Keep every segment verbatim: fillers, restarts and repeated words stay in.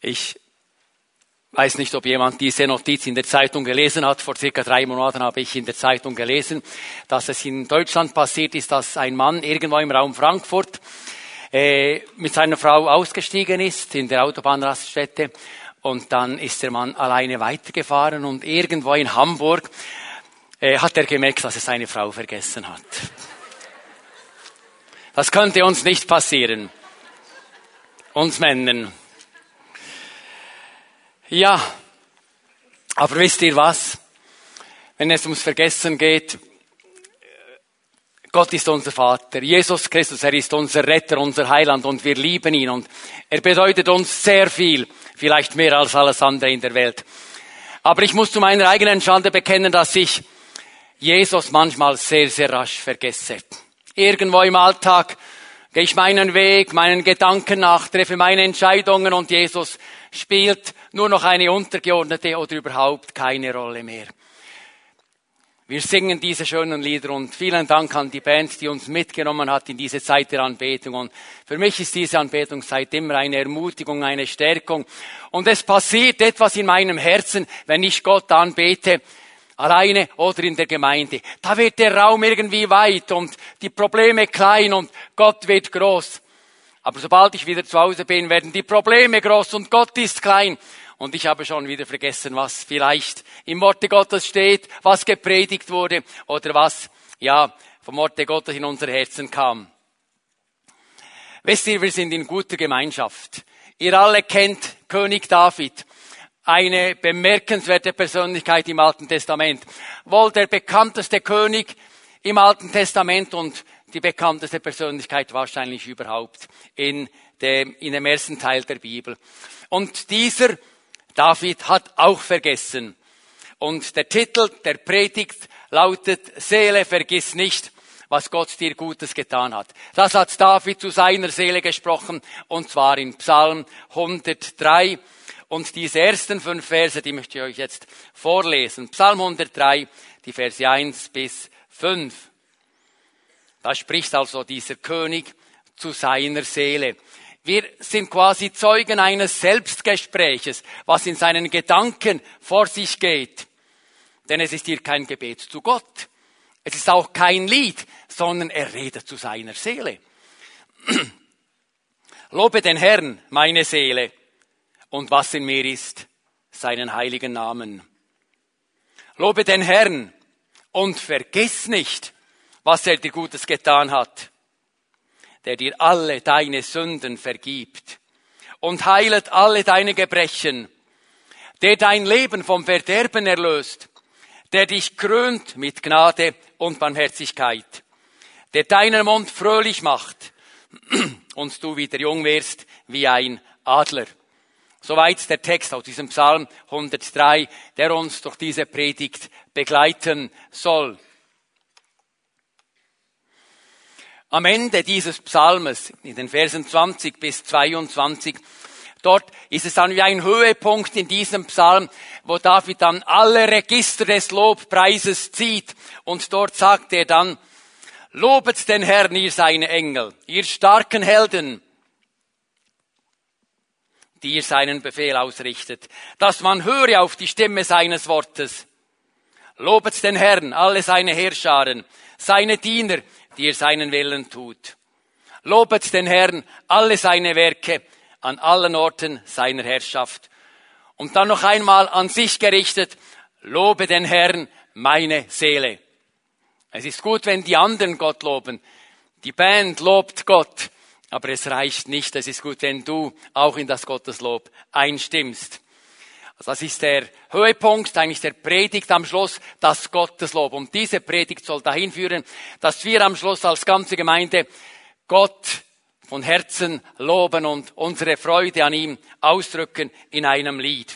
Ich weiß nicht, ob jemand diese Notiz in der Zeitung gelesen hat. Vor circa drei Monaten habe ich in der Zeitung gelesen, dass es in Deutschland passiert ist, dass ein Mann irgendwo im Raum Frankfurt äh, mit seiner Frau ausgestiegen ist in der Autobahnraststätte und dann ist der Mann alleine weitergefahren und irgendwo in Hamburg äh, hat er gemerkt, dass er seine Frau vergessen hat. Das könnte uns nicht passieren, uns Männern. Ja, aber wisst ihr was? Wenn es ums Vergessen geht, Gott ist unser Vater, Jesus Christus, er ist unser Retter, unser Heiland und wir lieben ihn und er bedeutet uns sehr viel, vielleicht mehr als alles andere in der Welt. Aber ich muss zu meiner eigenen Schande bekennen, dass ich Jesus manchmal sehr, sehr rasch vergesse. Irgendwo im Alltag gehe ich meinen Weg, meinen Gedanken nach, treffe meine Entscheidungen und Jesus spielt nur noch eine untergeordnete oder überhaupt keine Rolle mehr. Wir singen diese schönen Lieder und vielen Dank an die Band, die uns mitgenommen hat in diese Zeit der Anbetung. Und für mich ist diese Anbetungszeit immer eine Ermutigung, eine Stärkung. Und es passiert etwas in meinem Herzen, wenn ich Gott anbete, alleine oder in der Gemeinde. Da wird der Raum irgendwie weit und die Probleme klein und Gott wird groß. Aber sobald ich wieder zu Hause bin, werden die Probleme groß und Gott ist klein. Und ich habe schon wieder vergessen, was vielleicht im Worte Gottes steht, was gepredigt wurde oder was, ja, vom Worte Gottes in unser Herzen kam. Wisst ihr, wir sind in guter Gemeinschaft. Ihr alle kennt König David. Eine bemerkenswerte Persönlichkeit im Alten Testament. Wohl der bekannteste König im Alten Testament und die bekannteste Persönlichkeit wahrscheinlich überhaupt in dem, in dem ersten Teil der Bibel. Und dieser David hat auch vergessen. Und der Titel der Predigt lautet, Seele, vergiss nicht, was Gott dir Gutes getan hat. Das hat David zu seiner Seele gesprochen, und zwar in Psalm hundertdrei. Und diese ersten fünf Verse, die möchte ich euch jetzt vorlesen. Psalm hundertdrei, die Verse eins bis fünf. Da spricht also dieser König zu seiner Seele. Wir sind quasi Zeugen eines Selbstgespräches, was in seinen Gedanken vor sich geht. Denn es ist hier kein Gebet zu Gott. Es ist auch kein Lied, sondern er redet zu seiner Seele. Lobe den Herrn, meine Seele, und was in mir ist, seinen heiligen Namen. Lobe den Herrn und vergiss nicht, was er dir Gutes getan hat, der dir alle deine Sünden vergibt und heilet alle deine Gebrechen, der dein Leben vom Verderben erlöst, der dich krönt mit Gnade und Barmherzigkeit, der deinen Mund fröhlich macht und du wieder jung wirst wie ein Adler. Soweit der Text aus diesem Psalm hundertdrei, der uns durch diese Predigt begleiten soll. Am Ende dieses Psalmes, in den Versen zwanzig bis zweiundzwanzig, dort ist es dann wie ein Höhepunkt in diesem Psalm, wo David dann alle Register des Lobpreises zieht. Und dort sagt er dann, lobet den Herrn, ihr seine Engel, ihr starken Helden, die ihr seinen Befehl ausrichtet, dass man höre auf die Stimme seines Wortes. Lobet den Herrn, alle seine Heerscharen, seine Diener, die ihr seinen Willen tut. Lobet den Herrn, alle seine Werke, an allen Orten seiner Herrschaft. Und dann noch einmal an sich gerichtet, lobe den Herrn, meine Seele. Es ist gut, wenn die anderen Gott loben. Die Band lobt Gott, aber es reicht nicht. Es ist gut, wenn du auch in das Gotteslob einstimmst. Also das ist der Höhepunkt, eigentlich der Predigt am Schluss, das Gotteslob. Und diese Predigt soll dahin führen, dass wir am Schluss als ganze Gemeinde Gott von Herzen loben und unsere Freude an ihm ausdrücken in einem Lied.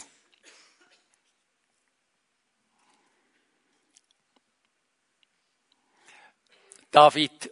David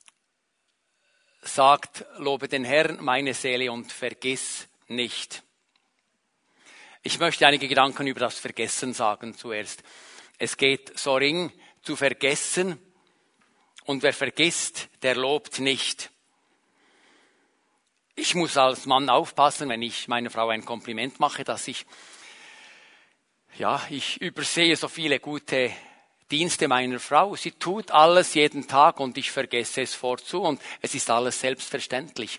sagt, lobe den Herrn, meine Seele, und vergiss nicht. Ich möchte einige Gedanken über das Vergessen sagen zuerst. Es geht so ring zu vergessen und wer vergisst, der lobt nicht. Ich muss als Mann aufpassen, wenn ich meiner Frau ein Kompliment mache, dass ich, ja, ich übersehe so viele gute Dienste meiner Frau. Sie tut alles jeden Tag und ich vergesse es vorzu und es ist alles selbstverständlich.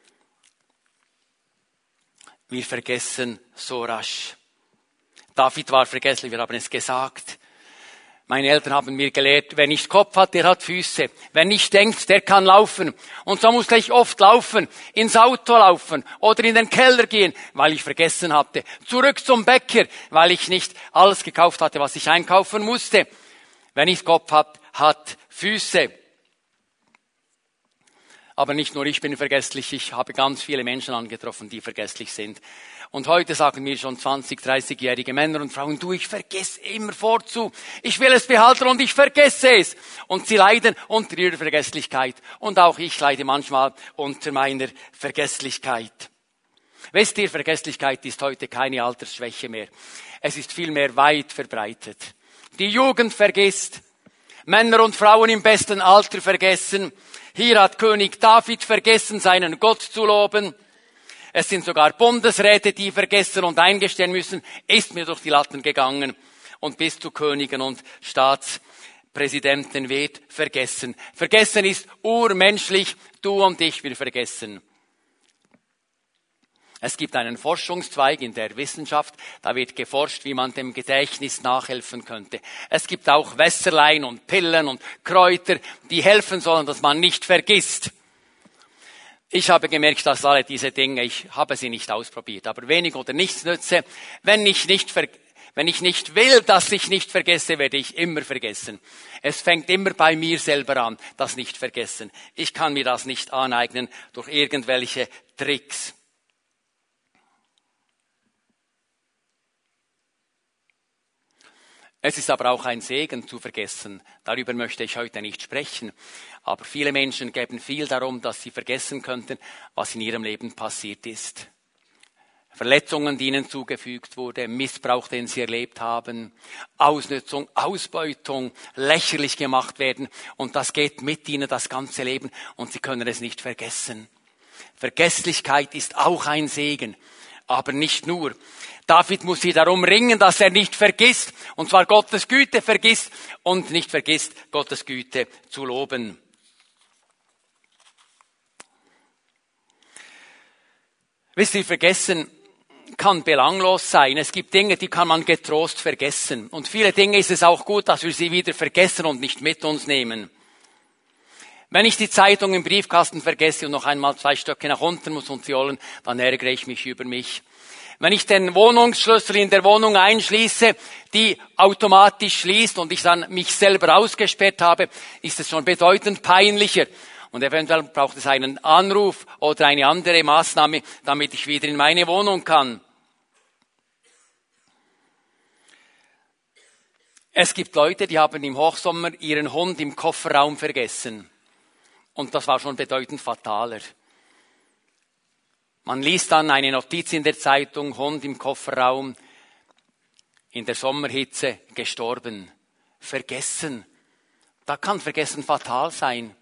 Wir vergessen so rasch. David war vergesslich, wir haben es gesagt. Meine Eltern haben mir gelehrt, wer nicht Kopf hat, der hat Füße. Wer nicht denkt, der kann laufen. Und so musste ich oft laufen, ins Auto laufen oder in den Keller gehen, weil ich vergessen hatte. Zurück zum Bäcker, weil ich nicht alles gekauft hatte, was ich einkaufen musste. Wer nicht Kopf hat, hat Füße. Aber nicht nur ich bin vergesslich, ich habe ganz viele Menschen angetroffen, die vergesslich sind. Und heute sagen mir schon zwanzig-, dreißigjährige Männer und Frauen, du, ich vergesse immer vorzu. Ich will es behalten und ich vergesse es. Und sie leiden unter ihrer Vergesslichkeit. Und auch ich leide manchmal unter meiner Vergesslichkeit. Wisst ihr, Vergesslichkeit ist heute keine Altersschwäche mehr. Es ist vielmehr weit verbreitet. Die Jugend vergisst. Männer und Frauen im besten Alter vergessen. Hier hat König David vergessen, seinen Gott zu loben. Es sind sogar Bundesräte, die vergessen und eingestehen müssen, ist mir durch die Latten gegangen. Und bis zu Königen und Staatspräsidenten wird vergessen. Vergessen ist urmenschlich, du und ich, wir vergessen. Es gibt einen Forschungszweig in der Wissenschaft, da wird geforscht, wie man dem Gedächtnis nachhelfen könnte. Es gibt auch Wässerlein und Pillen und Kräuter, die helfen sollen, dass man nicht vergisst. Ich habe gemerkt, dass alle diese Dinge, ich habe sie nicht ausprobiert, aber wenig oder nichts nütze. Wenn ich nicht, ver- wenn ich nicht will, dass ich nicht vergesse, werde ich immer vergessen. Es fängt immer bei mir selber an, das nicht vergessen. Ich kann mir das nicht aneignen durch irgendwelche Tricks. Es ist aber auch ein Segen zu vergessen. Darüber möchte ich heute nicht sprechen. Aber viele Menschen geben viel darum, dass sie vergessen könnten, was in ihrem Leben passiert ist. Verletzungen, die ihnen zugefügt wurde, Missbrauch, den sie erlebt haben, Ausnutzung, Ausbeutung, lächerlich gemacht werden. Und das geht mit ihnen das ganze Leben und sie können es nicht vergessen. Vergesslichkeit ist auch ein Segen, aber nicht nur. David muss hier darum ringen, dass er nicht vergisst, und zwar Gottes Güte vergisst und nicht vergisst, Gottes Güte zu loben. Wisst ihr, vergessen kann belanglos sein. Es gibt Dinge, die kann man getrost vergessen. Und viele Dinge ist es auch gut, dass wir sie wieder vergessen und nicht mit uns nehmen. Wenn ich die Zeitung im Briefkasten vergesse und noch einmal zwei Stöcke nach unten muss und sie holen, dann ärgere ich mich über mich. Wenn ich den Wohnungsschlüssel in der Wohnung einschließe, die automatisch schließt und ich dann mich selber ausgesperrt habe, ist es schon bedeutend peinlicher. Und eventuell braucht es einen Anruf oder eine andere Maßnahme, damit ich wieder in meine Wohnung kann. Es gibt Leute, die haben im Hochsommer ihren Hund im Kofferraum vergessen. Und das war schon bedeutend fataler. Man liest dann eine Notiz in der Zeitung, Hund im Kofferraum, in der Sommerhitze gestorben. Vergessen. Da kann Vergessen fatal sein.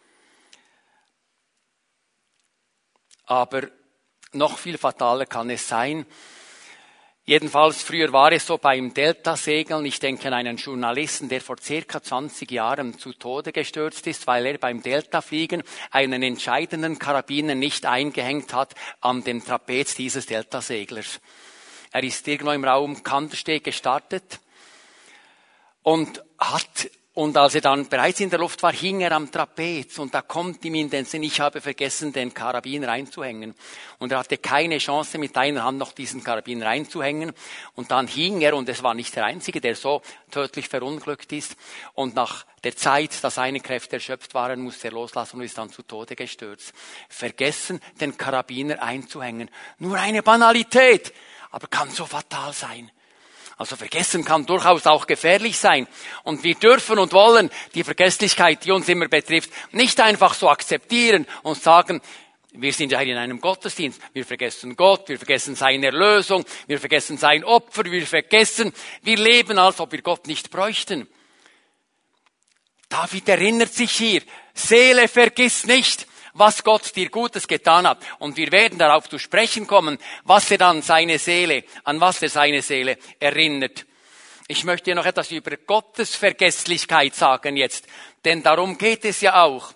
Aber noch viel fataler kann es sein. Jedenfalls, früher war es so beim Delta-Segeln. Ich denke an einen Journalisten, der vor circa zwanzig Jahren zu Tode gestürzt ist, weil er beim Delta-Fliegen einen entscheidenden Karabiner nicht eingehängt hat an dem Trapez dieses Delta-Seglers. Er ist irgendwo im Raum Kandersteg gestartet und hat Und als er dann bereits in der Luft war, hing er am Trapez und da kommt ihm in den Sinn, ich habe vergessen, den Karabiner einzuhängen. Und er hatte keine Chance, mit einer Hand noch diesen Karabiner einzuhängen. Und dann hing er, und es war nicht der Einzige, der so tödlich verunglückt ist. Und nach der Zeit, dass seine Kräfte erschöpft waren, musste er loslassen und ist dann zu Tode gestürzt. Vergessen, den Karabiner einzuhängen. Nur eine Banalität, aber kann so fatal sein. Also vergessen kann durchaus auch gefährlich sein. Und wir dürfen und wollen die Vergesslichkeit, die uns immer betrifft, nicht einfach so akzeptieren und sagen, wir sind ja hier in einem Gottesdienst. Wir vergessen Gott, wir vergessen seine Erlösung, wir vergessen sein Opfer, wir vergessen, wir leben, als ob wir Gott nicht bräuchten. David erinnert sich hier, Seele, vergiss nicht, was Gott dir Gutes getan hat. Und wir werden darauf zu sprechen kommen, was er dann seine Seele, an was er seine Seele erinnert. Ich möchte dir noch etwas über Gottes Vergesslichkeit sagen jetzt, denn darum geht es ja auch.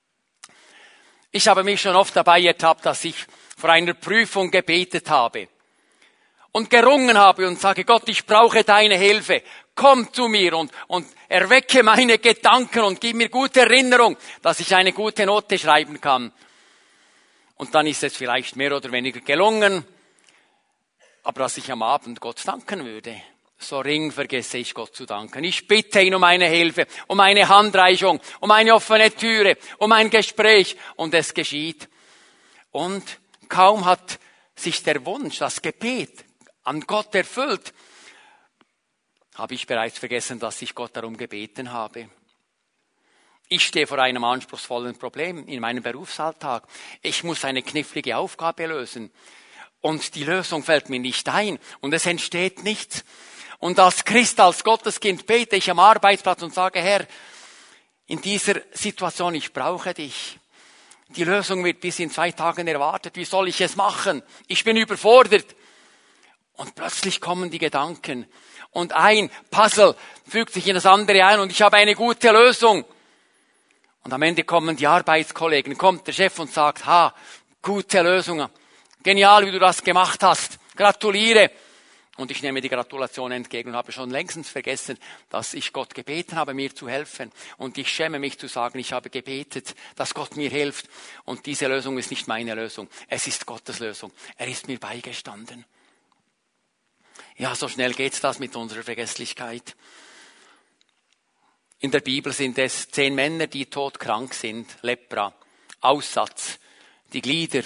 Ich habe mich schon oft dabei ertappt, dass ich vor einer Prüfung gebetet habe und gerungen habe und sage, Gott, ich brauche deine Hilfe. Komm zu mir und, und erwecke meine Gedanken und gib mir gute Erinnerung, dass ich eine gute Note schreiben kann. Und dann ist es vielleicht mehr oder weniger gelungen, aber dass ich am Abend Gott danken würde. So ring vergesse ich Gott zu danken. Ich bitte ihn um eine Hilfe, um eine Handreichung, um eine offene Türe, um ein Gespräch und es geschieht. Und kaum hat sich der Wunsch, das Gebet an Gott erfüllt, habe ich bereits vergessen, dass ich Gott darum gebeten habe. Ich stehe vor einem anspruchsvollen Problem in meinem Berufsalltag. Ich muss eine knifflige Aufgabe lösen. Und die Lösung fällt mir nicht ein. Und es entsteht nichts. Und als Christ, als Gotteskind bete ich am Arbeitsplatz und sage, Herr, in dieser Situation, ich brauche dich. Die Lösung wird bis in zwei Tagen erwartet. Wie soll ich es machen? Ich bin überfordert. Und plötzlich kommen die Gedanken. Und ein Puzzle fügt sich in das andere ein und ich habe eine gute Lösung. Und am Ende kommen die Arbeitskollegen, kommt der Chef und sagt, ha, gute Lösung. Genial, wie du das gemacht hast. Gratuliere. Und ich nehme die Gratulation entgegen und habe schon längstens vergessen, dass ich Gott gebeten habe, mir zu helfen. Und ich schäme mich zu sagen, ich habe gebetet, dass Gott mir hilft. Und diese Lösung ist nicht meine Lösung. Es ist Gottes Lösung. Er ist mir beigestanden. Ja, so schnell geht's das mit unserer Vergesslichkeit. In der Bibel sind es zehn Männer, die todkrank sind, Lepra, Aussatz, die Glieder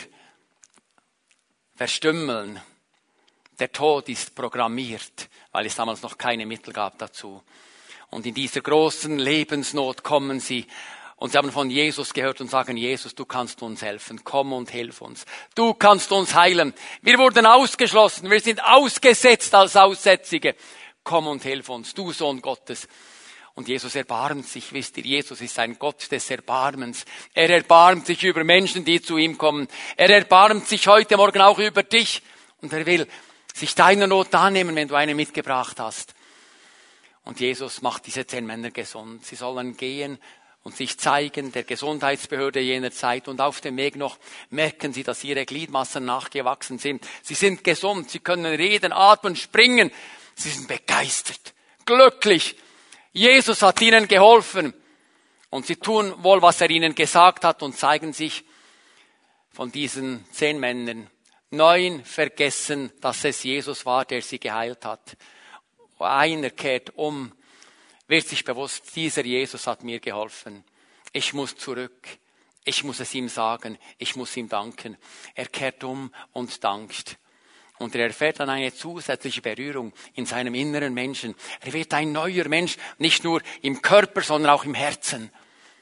verstümmeln. Der Tod ist programmiert, weil es damals noch keine Mittel gab dazu. Und in dieser großen Lebensnot kommen sie und sie haben von Jesus gehört und sagen, Jesus, du kannst uns helfen, komm und hilf uns. Du kannst uns heilen. Wir wurden ausgeschlossen, wir sind ausgesetzt als Aussätzige. Komm und hilf uns, du Sohn Gottes. Und Jesus erbarmt sich, wisst ihr, Jesus ist ein Gott des Erbarmens. Er erbarmt sich über Menschen, die zu ihm kommen. Er erbarmt sich heute Morgen auch über dich. Und er will sich deiner Not annehmen, wenn du eine mitgebracht hast. Und Jesus macht diese zehn Männer gesund. Sie sollen gehen und sich zeigen der Gesundheitsbehörde jener Zeit. Und auf dem Weg noch merken sie, dass ihre Gliedmaßen nachgewachsen sind. Sie sind gesund, sie können reden, atmen, springen. Sie sind begeistert, glücklich. Jesus hat ihnen geholfen. Und sie tun wohl, was er ihnen gesagt hat und zeigen sich von diesen zehn Männern. Neun vergessen, dass es Jesus war, der sie geheilt hat. Einer kehrt um, wird sich bewusst, dieser Jesus hat mir geholfen. Ich muss zurück. Ich muss es ihm sagen. Ich muss ihm danken. Er kehrt um und dankt. Und er erfährt dann eine zusätzliche Berührung in seinem inneren Menschen. Er wird ein neuer Mensch, nicht nur im Körper, sondern auch im Herzen.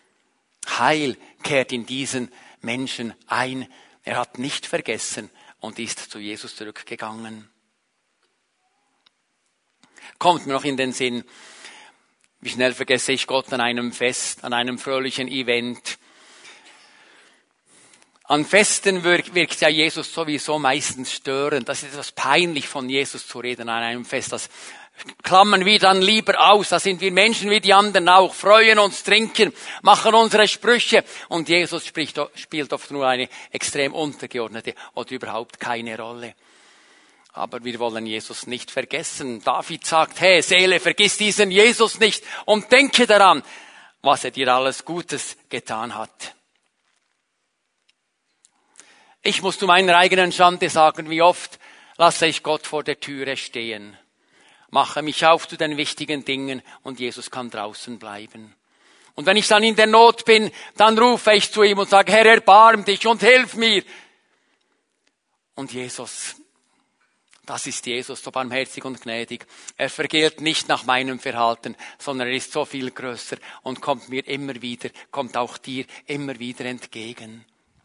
Heil kehrt in diesen Menschen ein. Er hat nicht vergessen und ist zu Jesus zurückgegangen. Kommt mir noch in den Sinn, wie schnell vergesse ich Gott an einem Fest, an einem fröhlichen Event. An Festen wirkt, wirkt ja Jesus sowieso meistens störend. Das ist etwas peinlich, von Jesus zu reden an einem Fest. Das klammern wir dann lieber aus. Da sind wir Menschen wie die anderen auch, freuen uns, trinken, machen unsere Sprüche. Und Jesus spricht, spielt oft nur eine extrem untergeordnete oder überhaupt keine Rolle. Aber wir wollen Jesus nicht vergessen. David sagt, hey Seele, vergiss diesen Jesus nicht und denke daran, was er dir alles Gutes getan hat. Ich muss zu meiner eigenen Schande sagen, wie oft lasse ich Gott vor der Türe stehen, mache mich auf zu den wichtigen Dingen und Jesus kann draußen bleiben. Und wenn ich dann in der Not bin, dann rufe ich zu ihm und sage, Herr, erbarm dich und hilf mir. Und Jesus, das ist Jesus, so barmherzig und gnädig. Er vergilt nicht nach meinem Verhalten, sondern er ist so viel größer und kommt mir immer wieder, kommt auch dir immer wieder entgegen.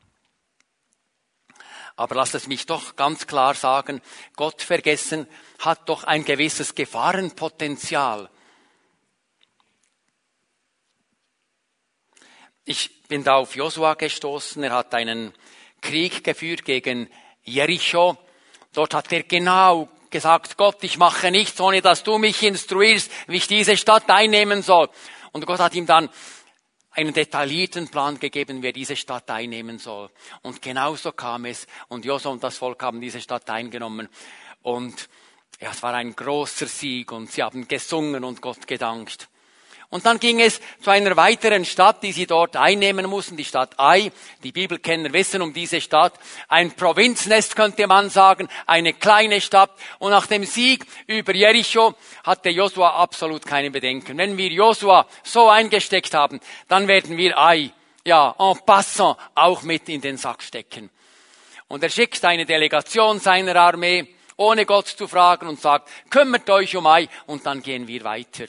Aber lasst es mich doch ganz klar sagen, Gott vergessen hat doch ein gewisses Gefahrenpotenzial. Ich bin da auf Josua gestoßen. Er hat einen Krieg geführt gegen Jericho. Dort hat er genau gesagt, Gott, ich mache nichts, ohne dass du mich instruierst, wie ich diese Stadt einnehmen soll. Und Gott hat ihm dann einen detaillierten Plan gegeben, wer diese Stadt einnehmen soll. Und genauso kam es. Und Josua und das Volk haben diese Stadt eingenommen. Und ja, es war ein großer Sieg und sie haben gesungen und Gott gedankt. Und dann ging es zu einer weiteren Stadt, die sie dort einnehmen mussten, die Stadt Ai. Die Bibelkenner wissen um diese Stadt. Ein Provinznest könnte man sagen, eine kleine Stadt. Und nach dem Sieg über Jericho hatte Josua absolut keine Bedenken. Wenn wir Josua so eingesteckt haben, dann werden wir Ai, ja, en passant, auch mit in den Sack stecken. Und er schickt eine Delegation seiner Armee, ohne Gott zu fragen, und sagt, kümmert euch um Ai, und dann gehen wir weiter.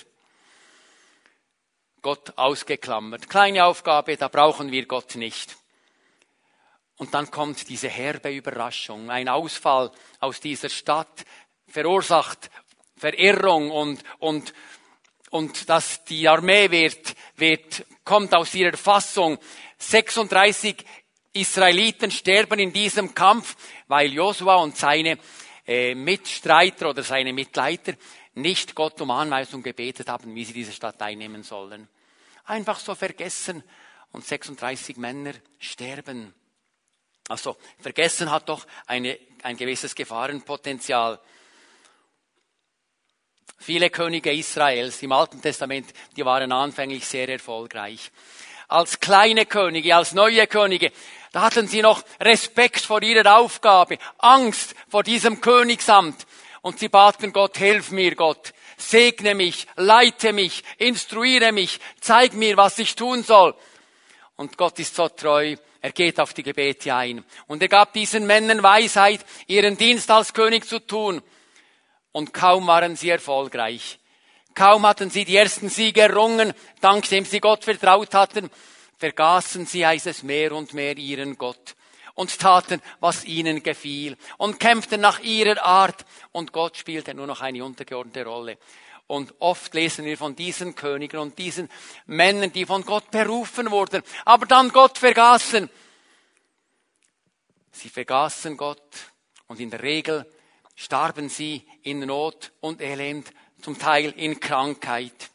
Gott ausgeklammert. Kleine Aufgabe, da brauchen wir Gott nicht. Und dann kommt diese herbe Überraschung. Ein Ausfall aus dieser Stadt verursacht Verirrung und, und, und dass die Armee wird, wird, kommt aus ihrer Fassung. sechsunddreißig Israeliten sterben in diesem Kampf, weil Josua und seine äh, Mitstreiter oder seine Mitleiter nicht Gott um Anweisung gebetet haben, wie sie diese Stadt einnehmen sollen. Einfach so vergessen und sechsunddreißig Männer sterben. Also vergessen hat doch eine, ein gewisses Gefahrenpotenzial. Viele Könige Israels im Alten Testament, die waren anfänglich sehr erfolgreich. Als kleine Könige, als neue Könige, da hatten sie noch Respekt vor ihrer Aufgabe, Angst vor diesem Königsamt. Und sie baten Gott, hilf mir Gott, segne mich, leite mich, instruiere mich, zeig mir, was ich tun soll. Und Gott ist so treu, er geht auf die Gebete ein. Und er gab diesen Männern Weisheit, ihren Dienst als König zu tun. Und kaum waren sie erfolgreich. Kaum hatten sie die ersten Siege errungen, dank dem sie Gott vertraut hatten, vergaßen sie, heißt es, mehr und mehr ihren Gott. Und taten, was ihnen gefiel. Und kämpften nach ihrer Art. Und Gott spielte nur noch eine untergeordnete Rolle. Und oft lesen wir von diesen Königen und diesen Männern, die von Gott berufen wurden, aber dann Gott vergaßen. Sie vergaßen Gott und in der Regel starben sie in Not und Elend, zum Teil in Krankheit.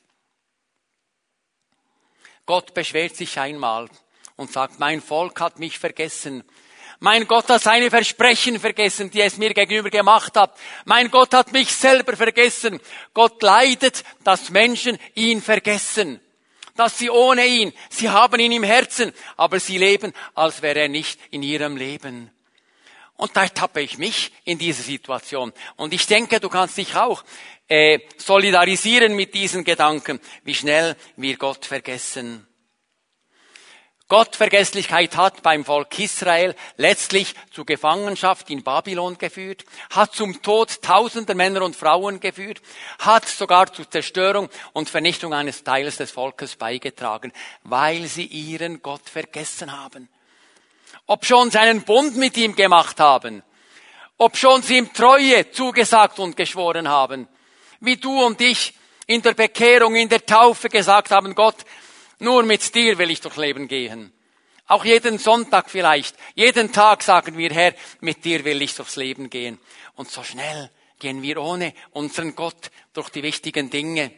Gott beschwert sich einmal und sagt, mein Volk hat mich vergessen. Mein Gott hat seine Versprechen vergessen, die es mir gegenüber gemacht hat. Mein Gott hat mich selber vergessen. Gott leidet, dass Menschen ihn vergessen. Dass sie ohne ihn, sie haben ihn im Herzen, aber sie leben, als wäre er nicht in ihrem Leben. Und da tappe ich mich in dieser Situation. Und ich denke, du kannst dich auch äh, solidarisieren mit diesen Gedanken, wie schnell wir Gott vergessen. Gottvergesslichkeit hat beim Volk Israel letztlich zu Gefangenschaft in Babylon geführt, hat zum Tod tausender Männer und Frauen geführt, hat sogar zur Zerstörung und Vernichtung eines Teils des Volkes beigetragen, weil sie ihren Gott vergessen haben. Obschon sie einen Bund mit ihm gemacht haben, obschon sie ihm Treue zugesagt und geschworen haben, wie du und ich in der Bekehrung, in der Taufe gesagt haben, Gott, nur mit dir will ich durchs Leben gehen. Auch jeden Sonntag vielleicht, jeden Tag sagen wir, Herr, mit dir will ich durchs Leben gehen. Und so schnell gehen wir ohne unseren Gott durch die wichtigen Dinge.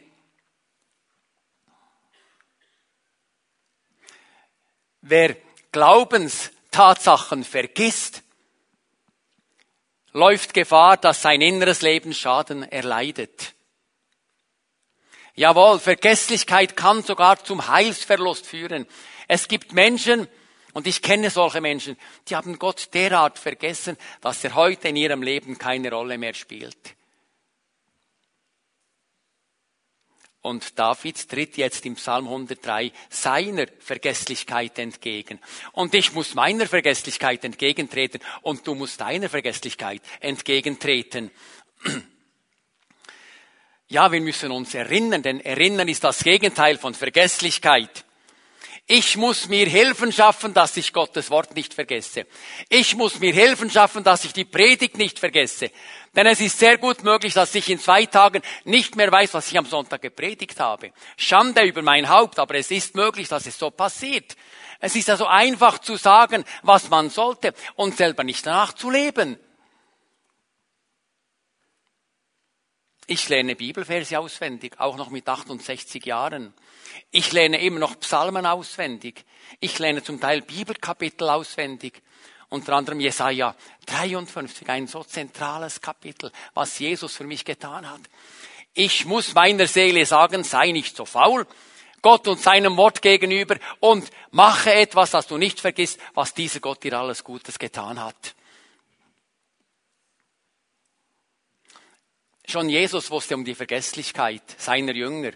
Wer Glaubenstatsachen vergisst, läuft Gefahr, dass sein inneres Leben Schaden erleidet. Jawohl, Vergesslichkeit kann sogar zum Heilsverlust führen. Es gibt Menschen, und ich kenne solche Menschen, die haben Gott derart vergessen, dass er heute in ihrem Leben keine Rolle mehr spielt. Und David tritt jetzt im Psalm hundertdrei seiner Vergesslichkeit entgegen. Und ich muss meiner Vergesslichkeit entgegentreten und du musst deiner Vergesslichkeit entgegentreten. Ja, wir müssen uns erinnern, denn Erinnern ist das Gegenteil von Vergesslichkeit. Ich muss mir Hilfen schaffen, dass ich Gottes Wort nicht vergesse. Ich muss mir Hilfen schaffen, dass ich die Predigt nicht vergesse. Denn es ist sehr gut möglich, dass ich in zwei Tagen nicht mehr weiß, was ich am Sonntag gepredigt habe. Schande über mein Haupt, aber es ist möglich, dass es so passiert. Es ist also einfach zu sagen, was man sollte und selber nicht danach zu leben. Ich lerne Bibelverse auswendig, auch noch mit achtundsechzig Jahren. Ich lerne immer noch Psalmen auswendig. Ich lerne zum Teil Bibelkapitel auswendig. Unter anderem Jesaja dreiundfünfzig, ein so zentrales Kapitel, was Jesus für mich getan hat. Ich muss meiner Seele sagen, sei nicht so faul, Gott und seinem Wort gegenüber, und mache etwas, dass du nicht vergisst, was dieser Gott dir alles Gutes getan hat. Schon Jesus wusste um die Vergesslichkeit seiner Jünger.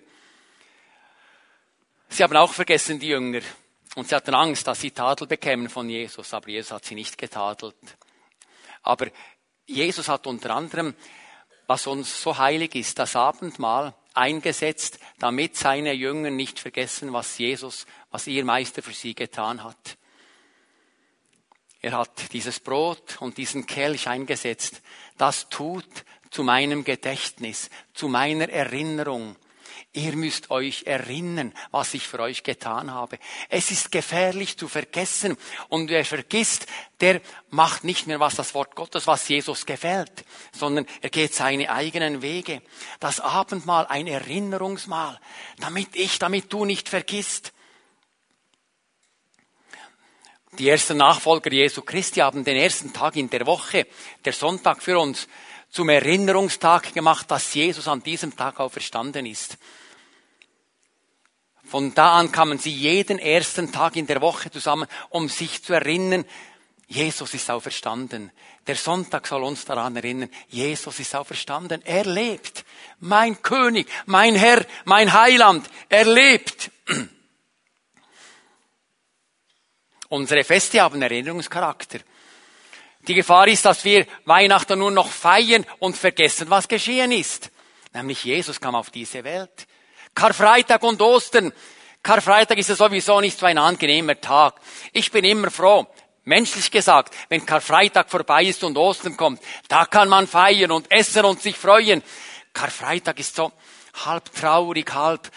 Sie haben auch vergessen, die Jünger. Und sie hatten Angst, dass sie Tadel bekämen von Jesus. Aber Jesus hat sie nicht getadelt. Aber Jesus hat unter anderem, was uns so heilig ist, das Abendmahl eingesetzt, damit seine Jünger nicht vergessen, was Jesus, was ihr Meister für sie getan hat. Er hat dieses Brot und diesen Kelch eingesetzt. Das tut zu meinem Gedächtnis, zu meiner Erinnerung. Ihr müsst euch erinnern, was ich für euch getan habe. Es ist gefährlich zu vergessen. Und wer vergisst, der macht nicht mehr was das Wort Gottes, was Jesus gefällt, sondern er geht seine eigenen Wege. Das Abendmahl, ein Erinnerungsmahl, damit ich, damit du nicht vergisst. Die ersten Nachfolger Jesu Christi haben den ersten Tag in der Woche, der Sonntag für uns, zum Erinnerungstag gemacht, dass Jesus an diesem Tag auferstanden ist. Von da an kamen sie jeden ersten Tag in der Woche zusammen, um sich zu erinnern, Jesus ist auferstanden. Der Sonntag soll uns daran erinnern, Jesus ist auferstanden. Er lebt. Mein König, mein Herr, mein Heiland, er lebt. Unsere Feste haben Erinnerungscharakter. Die Gefahr ist, dass wir Weihnachten nur noch feiern und vergessen, was geschehen ist. Nämlich Jesus kam auf diese Welt. Karfreitag und Ostern. Karfreitag ist ja sowieso nicht so ein angenehmer Tag. Ich bin immer froh, menschlich gesagt, wenn Karfreitag vorbei ist und Ostern kommt, da kann man feiern und essen und sich freuen. Karfreitag ist so halb traurig, halb.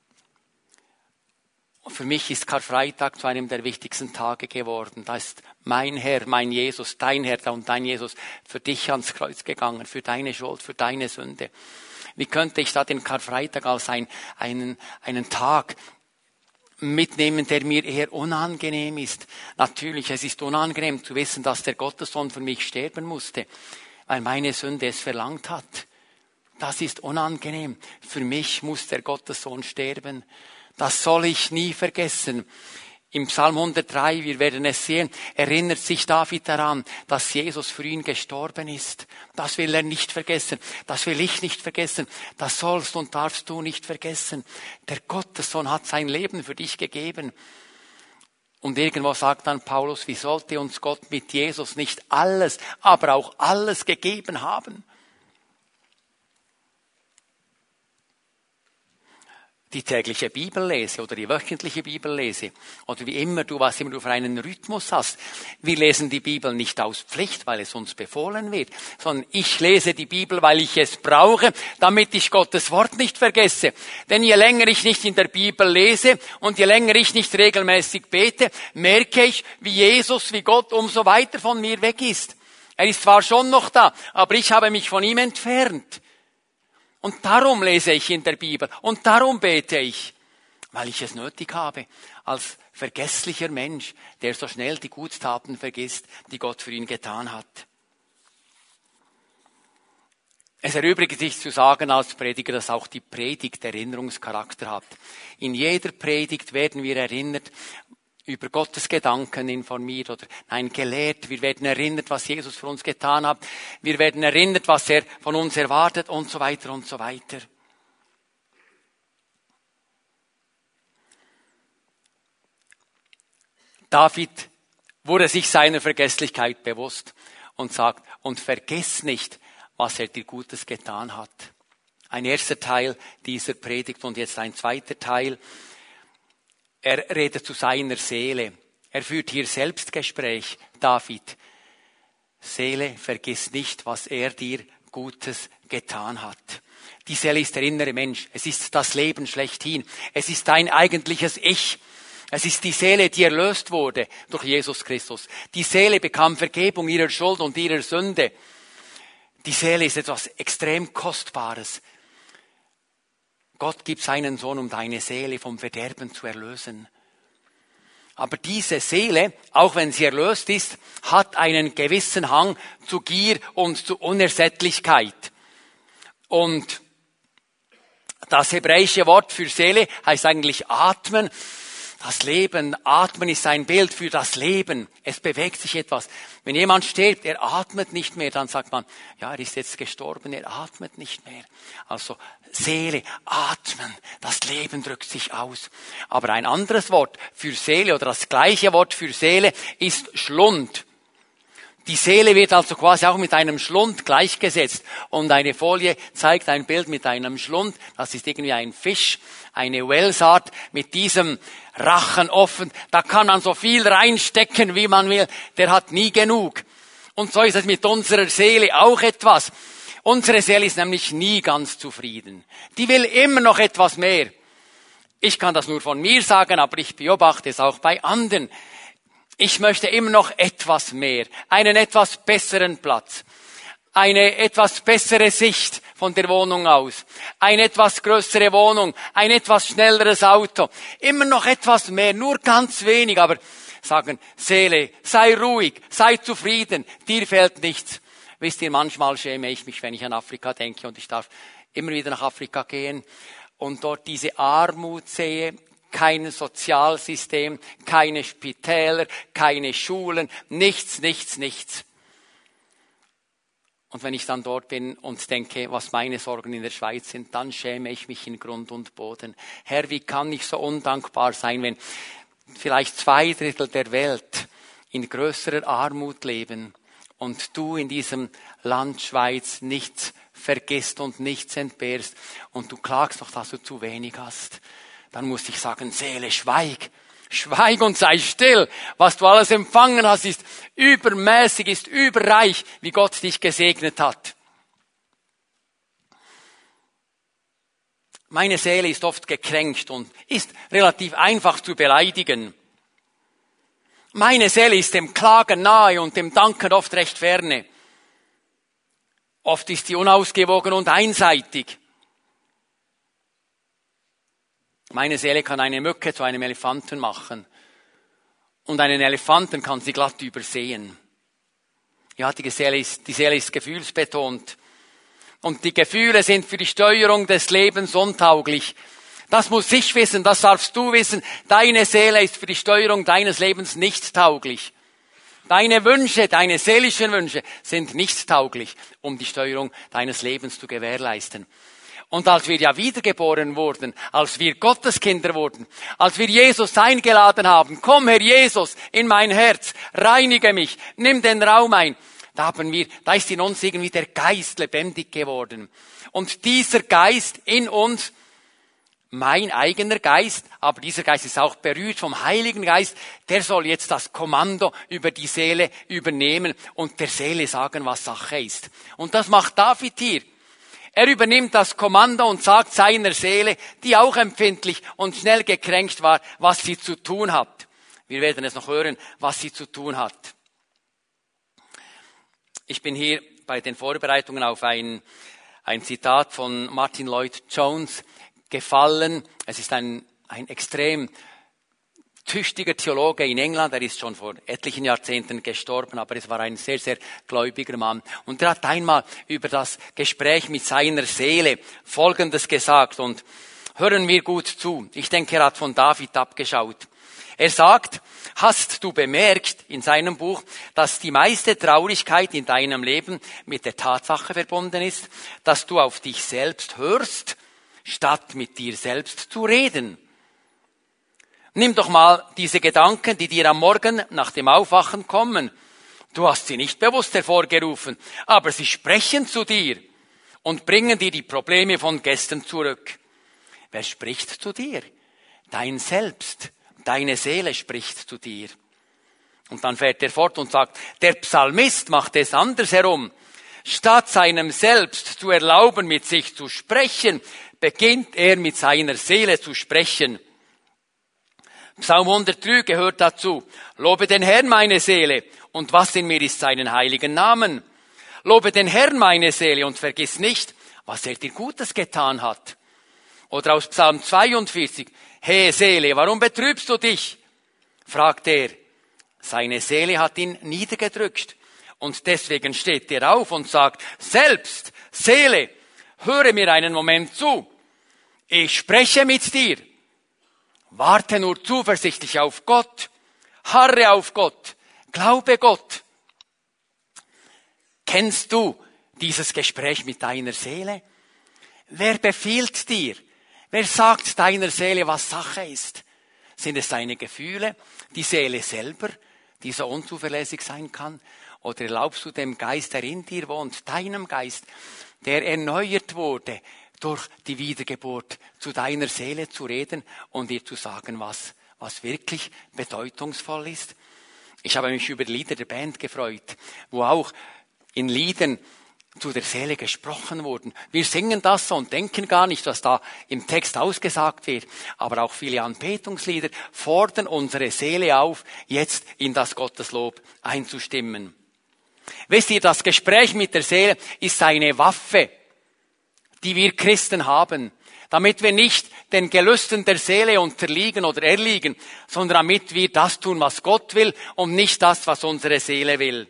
Für mich ist Karfreitag zu einem der wichtigsten Tage geworden. Da ist mein Herr, mein Jesus, dein Herr und dein Jesus für dich ans Kreuz gegangen, für deine Schuld, für deine Sünde. Wie könnte ich da den Karfreitag als ein, einen, einen Tag mitnehmen, der mir eher unangenehm ist? Natürlich, es ist unangenehm zu wissen, dass der Gottessohn für mich sterben musste, weil meine Sünde es verlangt hat. Das ist unangenehm. Für mich muss der Gottessohn sterben. Das soll ich nie vergessen. Im Psalm hundertdrei, wir werden es sehen, erinnert sich David daran, dass Jesus für ihn gestorben ist. Das will er nicht vergessen. Das will ich nicht vergessen. Das sollst und darfst du nicht vergessen. Der Gottessohn hat sein Leben für dich gegeben. Und irgendwo sagt dann Paulus, wie sollte uns Gott mit Jesus nicht alles, aber auch alles gegeben haben? Die tägliche Bibellese oder die wöchentliche Bibellese oder wie immer du, was immer du für einen Rhythmus hast. Wir lesen die Bibel nicht aus Pflicht, weil es uns befohlen wird, sondern ich lese die Bibel, weil ich es brauche, damit ich Gottes Wort nicht vergesse. Denn je länger ich nicht in der Bibel lese und je länger ich nicht regelmäßig bete, merke ich, wie Jesus, wie Gott umso weiter von mir weg ist. Er ist zwar schon noch da, aber ich habe mich von ihm entfernt. Und darum lese ich in der Bibel und darum bete ich, weil ich es nötig habe, als vergesslicher Mensch, der so schnell die Guttaten vergisst, die Gott für ihn getan hat. Es erübrigt sich zu sagen als Prediger, dass auch die Predigt Erinnerungscharakter hat. In jeder Predigt werden wir erinnert, über Gottes Gedanken informiert oder nein, gelehrt. Wir werden erinnert, was Jesus für uns getan hat. Wir werden erinnert, was er von uns erwartet und so weiter und so weiter. David wurde sich seiner Vergesslichkeit bewusst und sagt, und vergiss nicht, was er dir Gutes getan hat. Ein erster Teil dieser Predigt und jetzt ein zweiter Teil. Er redet zu seiner Seele. Er führt hier Selbstgespräch, David. Seele, vergiss nicht, was er dir Gutes getan hat. Die Seele ist der innere Mensch. Es ist das Leben schlechthin. Es ist dein eigentliches Ich. Es ist die Seele, die erlöst wurde durch Jesus Christus. Die Seele bekam Vergebung ihrer Schuld und ihrer Sünde. Die Seele ist etwas extrem Kostbares. Gott gibt seinen Sohn, um deine Seele vom Verderben zu erlösen. Aber diese Seele, auch wenn sie erlöst ist, hat einen gewissen Hang zu Gier und zu Unersättlichkeit. Und das hebräische Wort für Seele heißt eigentlich atmen. Das Leben, atmen ist ein Bild für das Leben. Es bewegt sich etwas. Wenn jemand stirbt, er atmet nicht mehr, dann sagt man, ja, er ist jetzt gestorben, er atmet nicht mehr. Also Seele, atmen, das Leben drückt sich aus. Aber ein anderes Wort für Seele oder das gleiche Wort für Seele ist Schlund. Die Seele wird also quasi auch mit einem Schlund gleichgesetzt. Und eine Folie zeigt ein Bild mit einem Schlund. Das ist irgendwie ein Fisch, eine Welsart mit diesem Rachen offen. Da kann man so viel reinstecken, wie man will. Der hat nie genug. Und so ist es mit unserer Seele auch etwas. Unsere Seele ist nämlich nie ganz zufrieden. Die will immer noch etwas mehr. Ich kann das nur von mir sagen, aber ich beobachte es auch bei anderen. Ich möchte immer noch etwas mehr, einen etwas besseren Platz, eine etwas bessere Sicht von der Wohnung aus, eine etwas größere Wohnung, ein etwas schnelleres Auto, immer noch etwas mehr, nur ganz wenig, aber sagen, Seele, sei ruhig, sei zufrieden, dir fehlt nichts. Wisst ihr, manchmal schäme ich mich, wenn ich an Afrika denke und ich darf immer wieder nach Afrika gehen und dort diese Armut sehe. Kein Sozialsystem, keine Spitäler, keine Schulen, nichts, nichts, nichts. Und wenn ich dann dort bin und denke, was meine Sorgen in der Schweiz sind, dann schäme ich mich in Grund und Boden. Herr, wie kann ich so undankbar sein, wenn vielleicht zwei Drittel der Welt in größerer Armut leben und du in diesem Land Schweiz nichts vergisst und nichts entbehrst und du klagst doch, dass du zu wenig hast. Dann muss ich sagen, Seele, schweig, schweig und sei still. Was du alles empfangen hast, ist übermäßig, ist überreich, wie Gott dich gesegnet hat. Meine Seele ist oft gekränkt und ist relativ einfach zu beleidigen. Meine Seele ist dem Klagen nahe und dem Danken oft recht ferne. Oft ist sie unausgewogen und einseitig. Meine Seele kann eine Mücke zu einem Elefanten machen. Und einen Elefanten kann sie glatt übersehen. Ja, die Seele ist, die Seele ist gefühlsbetont. Und die Gefühle sind für die Steuerung des Lebens untauglich. Das muss ich wissen, das darfst du wissen. Deine Seele ist für die Steuerung deines Lebens nicht tauglich. Deine Wünsche, deine seelischen Wünsche sind nicht tauglich, um die Steuerung deines Lebens zu gewährleisten. Und als wir ja wiedergeboren wurden, als wir Gotteskinder wurden, als wir Jesus eingeladen haben, komm Herr Jesus in mein Herz, reinige mich, nimm den Raum ein, da haben wir, da ist in uns irgendwie der Geist lebendig geworden. Und dieser Geist in uns, mein eigener Geist, aber dieser Geist ist auch berührt vom Heiligen Geist, der soll jetzt das Kommando über die Seele übernehmen und der Seele sagen, was Sache ist. Und das macht David hier. Er übernimmt das Kommando und sagt seiner Seele, die auch empfindlich und schnell gekränkt war, was sie zu tun hat. Wir werden es noch hören, was sie zu tun hat. Ich bin hier bei den Vorbereitungen auf ein, ein Zitat von Martin Lloyd Jones gefallen. Es ist ein, ein extrem tüchtiger Theologe in England, er ist schon vor etlichen Jahrzehnten gestorben, aber es war ein sehr, sehr gläubiger Mann. Und er hat einmal über das Gespräch mit seiner Seele Folgendes gesagt und hören wir gut zu. Ich denke, er hat von David abgeschaut. Er sagt, hast du bemerkt in seinem Buch, dass die meiste Traurigkeit in deinem Leben mit der Tatsache verbunden ist, dass du auf dich selbst hörst, statt mit dir selbst zu reden? Nimm doch mal diese Gedanken, die dir am Morgen nach dem Aufwachen kommen. Du hast sie nicht bewusst hervorgerufen, aber sie sprechen zu dir und bringen dir die Probleme von gestern zurück. Wer spricht zu dir? Dein Selbst, deine Seele spricht zu dir. Und dann fährt er fort und sagt, der Psalmist macht es andersherum. Statt seinem Selbst zu erlauben, mit sich zu sprechen, beginnt er mit seiner Seele zu sprechen. Psalm hundertdrei gehört dazu. Lobe den Herrn, meine Seele, und was in mir ist seinen heiligen Namen. Lobe den Herrn, meine Seele, und vergiss nicht, was er dir Gutes getan hat. Oder aus Psalm zweiundvierzig. He Seele, warum betrübst du dich? Fragt er. Seine Seele hat ihn niedergedrückt. Und deswegen steht er auf und sagt, selbst, Seele, höre mir einen Moment zu. Ich spreche mit dir. Warte nur zuversichtlich auf Gott. Harre auf Gott. Glaube Gott. Kennst du dieses Gespräch mit deiner Seele? Wer befiehlt dir? Wer sagt deiner Seele, was Sache ist? Sind es deine Gefühle, die Seele selber, die so unzuverlässig sein kann? Oder erlaubst du dem Geist, der in dir wohnt, deinem Geist, der erneuert wurde, durch die Wiedergeburt zu deiner Seele zu reden und dir zu sagen, was, was wirklich bedeutungsvoll ist? Ich habe mich über Lieder der Band gefreut, wo auch in Liedern zu der Seele gesprochen wurden. Wir singen das so und denken gar nicht, was da im Text ausgesagt wird. Aber auch viele Anbetungslieder fordern unsere Seele auf, jetzt in das Gotteslob einzustimmen. Wisst ihr, das Gespräch mit der Seele ist eine Waffe, die wir Christen haben, damit wir nicht den Gelüsten der Seele unterliegen oder erliegen, sondern damit wir das tun, was Gott will und nicht das, was unsere Seele will.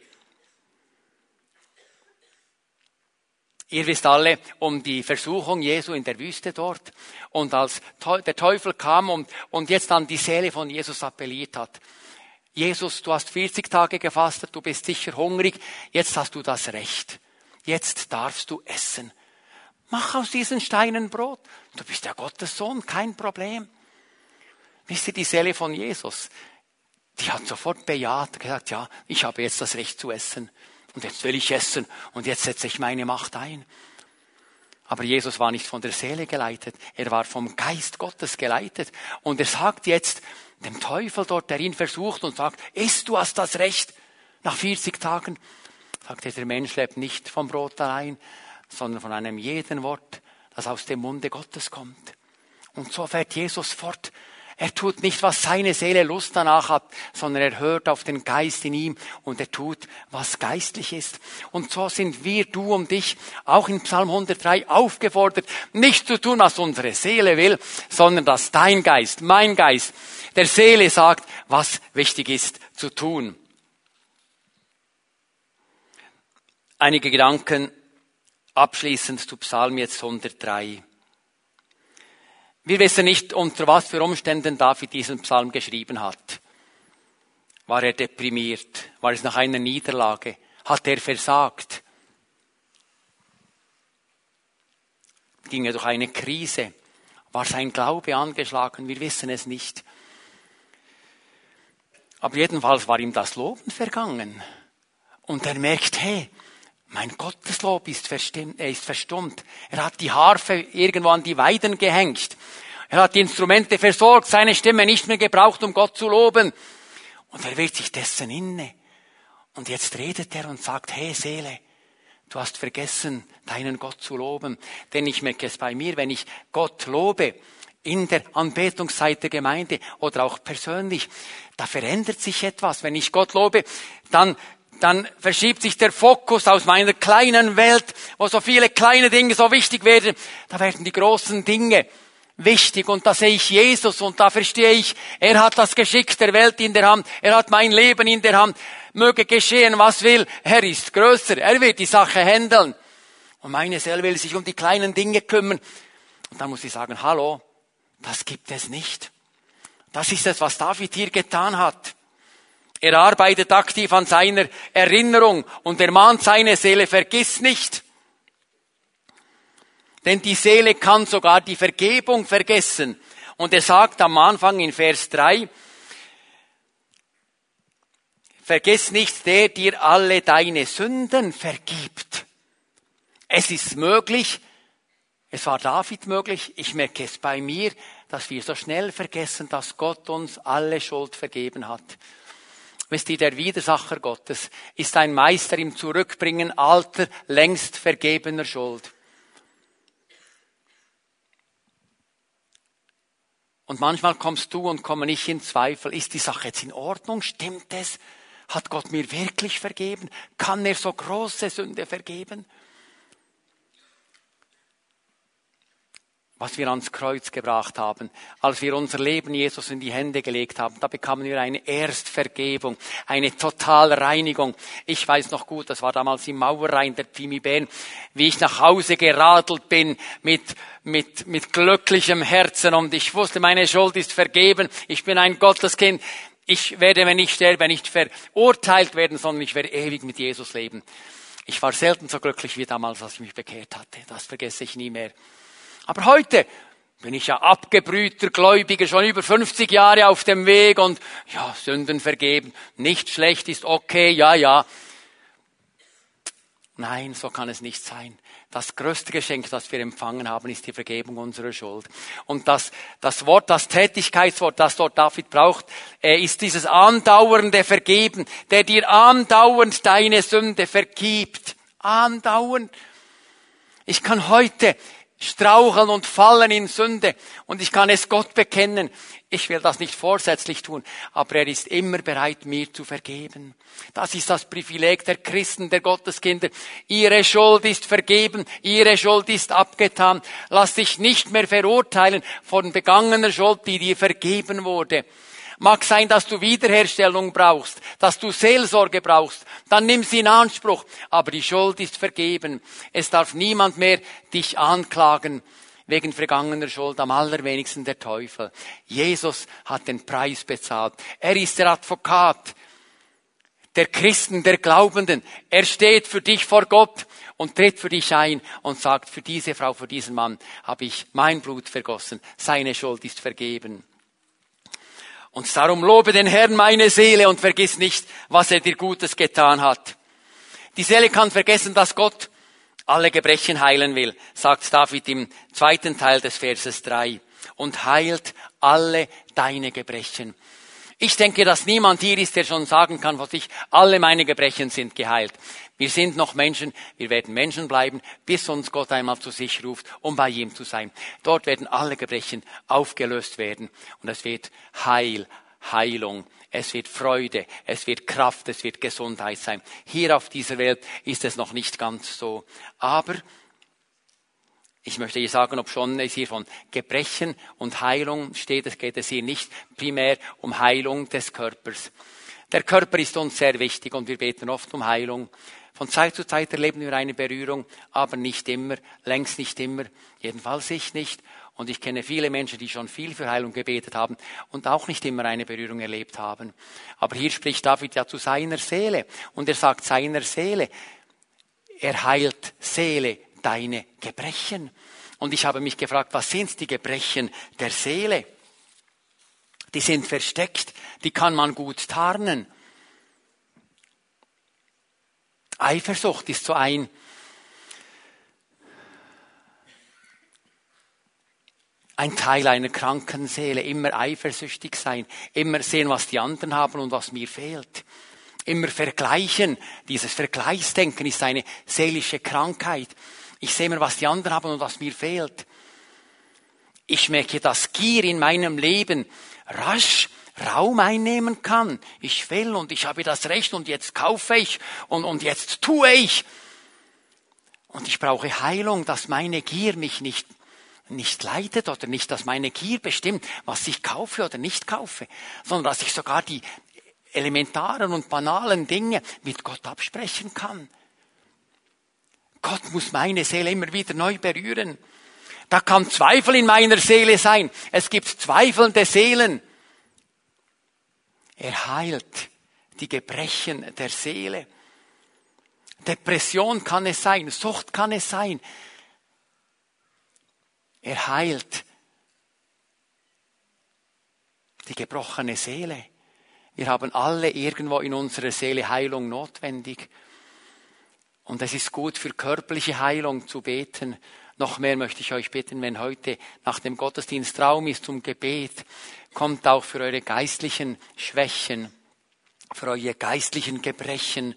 Ihr wisst alle um die Versuchung Jesu in der Wüste dort. Und als der Teufel kam und, und jetzt an die Seele von Jesus appelliert hat. Jesus, du hast vierzig Tage gefastet, du bist sicher hungrig, jetzt hast du das Recht. Jetzt darfst du essen. Mach aus diesen Steinen Brot. Du bist ja Gottes Sohn, kein Problem. Wisst ihr, die Seele von Jesus, die hat sofort bejaht, gesagt, ja, ich habe jetzt das Recht zu essen. Und jetzt will ich essen und jetzt setze ich meine Macht ein. Aber Jesus war nicht von der Seele geleitet, er war vom Geist Gottes geleitet. Und er sagt jetzt dem Teufel dort, der ihn versucht und sagt, iss, du hast das Recht. Nach vierzig Tagen sagt er, der Mensch lebt nicht vom Brot allein, sondern von einem jeden Wort, das aus dem Munde Gottes kommt. Und so fährt Jesus fort. Er tut nicht, was seine Seele Lust danach hat, sondern er hört auf den Geist in ihm und er tut, was geistlich ist. Und so sind wir, du und ich, auch in Psalm hundertdrei aufgefordert, nicht zu tun, was unsere Seele will, sondern dass dein Geist, mein Geist, der Seele sagt, was wichtig ist zu tun. Einige Gedanken abschließend zu Psalm jetzt hundertdrei. Wir wissen nicht, unter was für Umständen David diesen Psalm geschrieben hat. War er deprimiert? War es nach einer Niederlage? Hat er versagt? Ging er durch eine Krise? War sein Glaube angeschlagen? Wir wissen es nicht. Aber jedenfalls war ihm das Loben vergangen. Und er merkt, hey, mein Gotteslob ist verstimmt, er ist verstummt. Er hat die Harfe irgendwo an die Weiden gehängt. Er hat die Instrumente versorgt, seine Stimme nicht mehr gebraucht, um Gott zu loben. Und er wird sich dessen inne. Und jetzt redet er und sagt, hey Seele, du hast vergessen, deinen Gott zu loben. Denn ich merke es bei mir, wenn ich Gott lobe, in der Anbetungszeit der Gemeinde oder auch persönlich, da verändert sich etwas. Wenn ich Gott lobe, dann dann verschiebt sich der Fokus aus meiner kleinen Welt, wo so viele kleine Dinge so wichtig werden. Da werden die großen Dinge wichtig und da sehe ich Jesus und da verstehe ich, er hat das Geschick der Welt in der Hand, er hat mein Leben in der Hand. Möge geschehen, was will, er ist größer, er wird die Sache handeln. Und meine Seele will sich um die kleinen Dinge kümmern. Und dann muss ich sagen, hallo, das gibt es nicht. Das ist es, was David hier getan hat. Er arbeitet aktiv an seiner Erinnerung und ermahnt seine Seele, vergiss nicht. Denn die Seele kann sogar die Vergebung vergessen. Und er sagt am Anfang in Vers drei, vergiss nicht, der dir alle deine Sünden vergibt. Es ist möglich, es war David möglich, ich merke es bei mir, dass wir so schnell vergessen, dass Gott uns alle Schuld vergeben hat. Wisst ihr, der Widersacher Gottes ist ein Meister im Zurückbringen alter, längst vergebener Schuld. Und manchmal kommst du und komme ich in Zweifel. Ist die Sache jetzt in Ordnung? Stimmt es? Hat Gott mir wirklich vergeben? Kann er so große Sünde vergeben? Was wir ans Kreuz gebracht haben, als wir unser Leben Jesus in die Hände gelegt haben, da bekamen wir eine Erstvergebung, eine Totalreinigung. Ich weiß noch gut, das war damals im Mauerrhein der Pfimi Bern, wie ich nach Hause geradelt bin mit, mit, mit glücklichem Herzen und ich wusste, meine Schuld ist vergeben, ich bin ein Gotteskind. Ich werde, wenn ich sterbe, nicht verurteilt werden, sondern ich werde ewig mit Jesus leben. Ich war selten so glücklich wie damals, als ich mich bekehrt hatte. Das vergesse ich nie mehr. Aber heute bin ich ja abgebrühter Gläubiger, schon über fünfzig Jahre auf dem Weg und ja, Sünden vergeben. Nicht schlecht ist okay, ja, ja. Nein, so kann es nicht sein. Das größte Geschenk, das wir empfangen haben, ist die Vergebung unserer Schuld. Und das, das Wort, das Tätigkeitswort, das dort David braucht, äh, ist dieses andauernde Vergeben, der dir andauernd deine Sünde vergibt. Andauernd. Ich kann heute straucheln und fallen in Sünde und ich kann es Gott bekennen. Ich will das nicht vorsätzlich tun, aber er ist immer bereit, mir zu vergeben. Das ist das Privileg der Christen, der Gotteskinder. Ihre Schuld ist vergeben, ihre Schuld ist abgetan. Lass dich nicht mehr verurteilen von begangener Schuld, die dir vergeben wurde. Mag sein, dass du Wiederherstellung brauchst, dass du Seelsorge brauchst, dann nimm sie in Anspruch. Aber die Schuld ist vergeben. Es darf niemand mehr dich anklagen wegen vergangener Schuld, am allerwenigsten der Teufel. Jesus hat den Preis bezahlt. Er ist der Advokat der Christen, der Glaubenden. Er steht für dich vor Gott und tritt für dich ein und sagt, für diese Frau, für diesen Mann habe ich mein Blut vergossen. Seine Schuld ist vergeben. Und darum lobe den Herrn meine Seele und vergiss nicht, was er dir Gutes getan hat. Die Seele kann vergessen, dass Gott alle Gebrechen heilen will, sagt David im zweiten Teil des Verses drei. Und heilt alle deine Gebrechen. Ich denke, dass niemand hier ist, der schon sagen kann von sich, alle meine Gebrechen sind geheilt. Wir sind noch Menschen, wir werden Menschen bleiben, bis uns Gott einmal zu sich ruft, um bei ihm zu sein. Dort werden alle Gebrechen aufgelöst werden und es wird Heil, Heilung, es wird Freude, es wird Kraft, es wird Gesundheit sein. Hier auf dieser Welt ist es noch nicht ganz so. Aber ich möchte hier sagen, ob schon es hier von Gebrechen und Heilung steht, es geht es hier nicht primär um Heilung des Körpers. Der Körper ist uns sehr wichtig und wir beten oft um Heilung. Von Zeit zu Zeit erleben wir eine Berührung, aber nicht immer, längst nicht immer, jedenfalls ich nicht. Und ich kenne viele Menschen, die schon viel für Heilung gebetet haben und auch nicht immer eine Berührung erlebt haben. Aber hier spricht David ja zu seiner Seele und er sagt seiner Seele, er heilt Seele, deine Gebrechen. Und ich habe mich gefragt, was sind die Gebrechen der Seele? Die sind versteckt, die kann man gut tarnen. Eifersucht ist so ein ein Teil einer kranken Seele, immer eifersüchtig sein, immer sehen, was die anderen haben und was mir fehlt. Immer vergleichen, dieses Vergleichsdenken ist eine seelische Krankheit. Ich sehe mir, was die anderen haben und was mir fehlt. Ich merke, dass Gier in meinem Leben rasch Raum einnehmen kann. Ich will und ich habe das Recht und jetzt kaufe ich und, und jetzt tue ich. Und ich brauche Heilung, dass meine Gier mich nicht, nicht leitet oder nicht, dass meine Gier bestimmt, was ich kaufe oder nicht kaufe, sondern dass ich sogar die elementaren und banalen Dinge mit Gott absprechen kann. Gott muss meine Seele immer wieder neu berühren. Da kann Zweifel in meiner Seele sein. Es gibt zweifelnde Seelen. Er heilt die Gebrechen der Seele. Depression kann es sein, Sucht kann es sein. Er heilt die gebrochene Seele. Wir haben alle irgendwo in unserer Seele Heilung notwendig. Und es ist gut für körperliche Heilung zu beten. Noch mehr möchte ich euch bitten, wenn heute nach dem Gottesdienst Raum ist zum Gebet, kommt auch für eure geistlichen Schwächen, für eure geistlichen Gebrechen.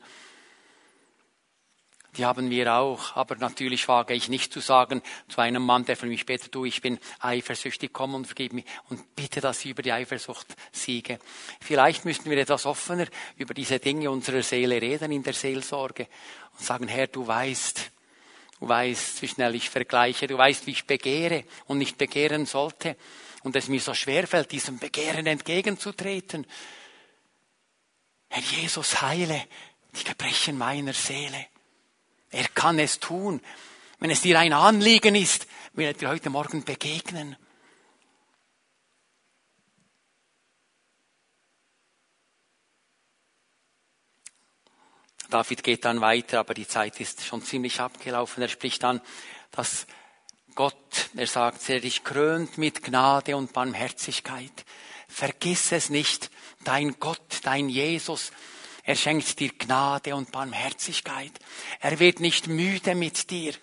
Die haben wir auch, aber natürlich wage ich nicht zu sagen zu einem Mann, der für mich betet, du, ich bin eifersüchtig, komm und vergib mir und bitte, dass ich über die Eifersucht siege. Vielleicht müssten wir etwas offener über diese Dinge unserer Seele reden in der Seelsorge und sagen, Herr, du weißt, du weißt, wie schnell ich vergleiche, du weißt, wie ich begehre und nicht begehren sollte und es mir so schwerfällt, diesem Begehren entgegenzutreten. Herr Jesus, heile die Gebrechen meiner Seele. Er kann es tun. Wenn es dir ein Anliegen ist, will er dir heute Morgen begegnen. David geht dann weiter, aber die Zeit ist schon ziemlich abgelaufen. Er spricht dann, dass Gott, er sagt, er dich krönt mit Gnade und Barmherzigkeit. Vergiss es nicht, dein Gott, dein Jesus, er schenkt dir Gnade und Barmherzigkeit. Er wird nicht müde mit dir.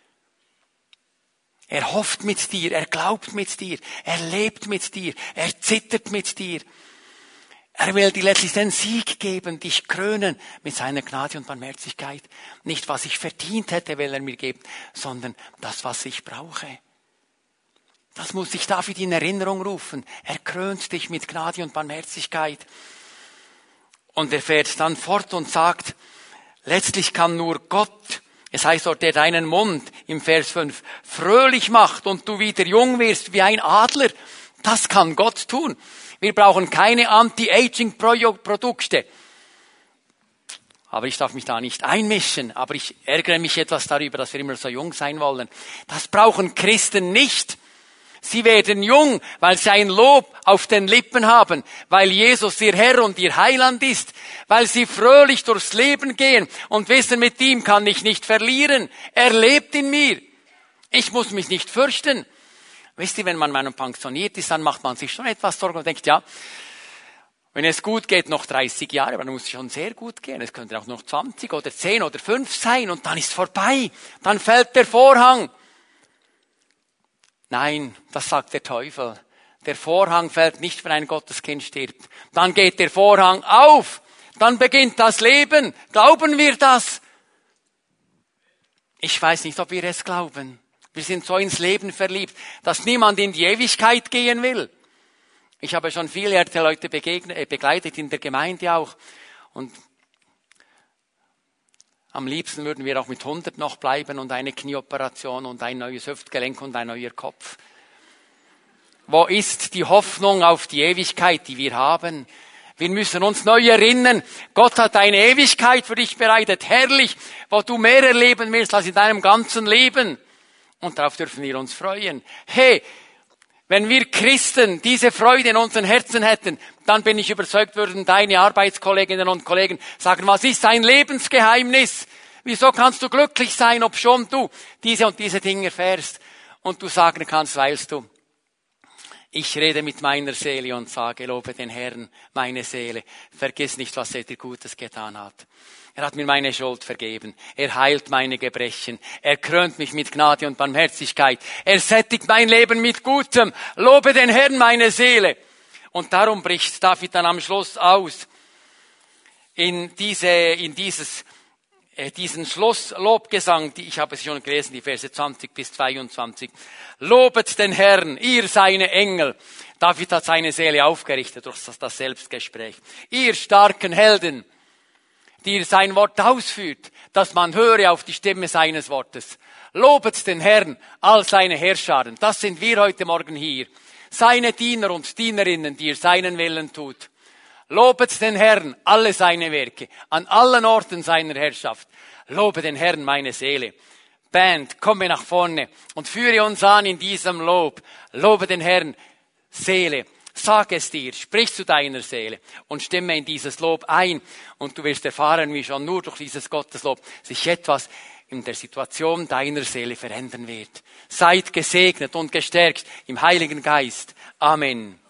Er hofft mit dir, er glaubt mit dir, er lebt mit dir, er zittert mit dir. Er will dir letztlich den Sieg geben, dich krönen mit seiner Gnade und Barmherzigkeit. Nicht, was ich verdient hätte, will er mir geben, sondern das, was ich brauche. Das muss ich David in Erinnerung rufen. Er krönt dich mit Gnade und Barmherzigkeit. Und er fährt dann fort und sagt, letztlich kann nur Gott, es heißt dort, der deinen Mund im Vers fünf fröhlich macht und du wieder jung wirst wie ein Adler. Das kann Gott tun. Wir brauchen keine Anti-Aging-Produkte. Aber ich darf mich da nicht einmischen. Aber ich ärgere mich etwas darüber, dass wir immer so jung sein wollen. Das brauchen Christen nicht. Sie werden jung, weil sie ein Lob auf den Lippen haben, weil Jesus ihr Herr und ihr Heiland ist, weil sie fröhlich durchs Leben gehen und wissen, mit ihm kann ich nicht verlieren. Er lebt in mir. Ich muss mich nicht fürchten. Wisst ihr, wenn man mal pensioniert ist, dann macht man sich schon etwas Sorgen und denkt, ja, wenn es gut geht, noch dreißig Jahre, aber dann muss es schon sehr gut gehen. Es könnte auch noch zwanzig oder zehn oder fünf sein und dann ist vorbei. Dann fällt der Vorhang. Nein, das sagt der Teufel. Der Vorhang fällt nicht, wenn ein Gotteskind stirbt. Dann geht der Vorhang auf. Dann beginnt das Leben. Glauben wir das? Ich weiß nicht, ob wir es glauben. Wir sind so ins Leben verliebt, dass niemand in die Ewigkeit gehen will. Ich habe schon viele Leute begegnet, begleitet in der Gemeinde auch. Und am liebsten würden wir auch mit hundert noch bleiben und eine Knieoperation und ein neues Hüftgelenk und ein neuer Kopf. Wo ist die Hoffnung auf die Ewigkeit, die wir haben? Wir müssen uns neu erinnern, Gott hat eine Ewigkeit für dich bereitet, herrlich, wo du mehr erleben wirst als in deinem ganzen Leben. Und darauf dürfen wir uns freuen. Hey, wenn wir Christen diese Freude in unseren Herzen hätten, dann bin ich überzeugt, würden deine Arbeitskolleginnen und Kollegen sagen, was ist dein Lebensgeheimnis? Wieso kannst du glücklich sein, obschon du diese und diese Dinge erfährst? Und du sagen kannst, weißt du, ich rede mit meiner Seele und sage, lobe den Herrn, meine Seele. Vergiss nicht, was er dir Gutes getan hat. Er hat mir meine Schuld vergeben. Er heilt meine Gebrechen. Er krönt mich mit Gnade und Barmherzigkeit. Er sättigt mein Leben mit Gutem. Lobe den Herrn, meine Seele. Und darum bricht David dann am Schluss aus in diese, in dieses, äh, diesen Schlusslobgesang, die, ich habe es schon gelesen, die Verse zwanzig bis zweiundzwanzig. Lobet den Herrn, ihr seine Engel. David hat seine Seele aufgerichtet durch das, das Selbstgespräch. Ihr starken Helden, die ihr sein Wort ausführt, dass man höre auf die Stimme seines Wortes. Lobet den Herrn, all seine Herrscharen. Das sind wir heute Morgen hier. Seine Diener und Dienerinnen, die ihr seinen Willen tut. Lobet den Herrn, alle seine Werke, an allen Orten seiner Herrschaft. Lobe den Herrn, meine Seele. Band, komme nach vorne und führe uns an in diesem Lob. Lobe den Herrn, Seele. Sag es dir, sprich zu deiner Seele und stimme in dieses Lob ein. Und du wirst erfahren, wie schon nur durch dieses Gotteslob sich etwas in der Situation deiner Seele verändern wird. Seid gesegnet und gestärkt im Heiligen Geist. Amen.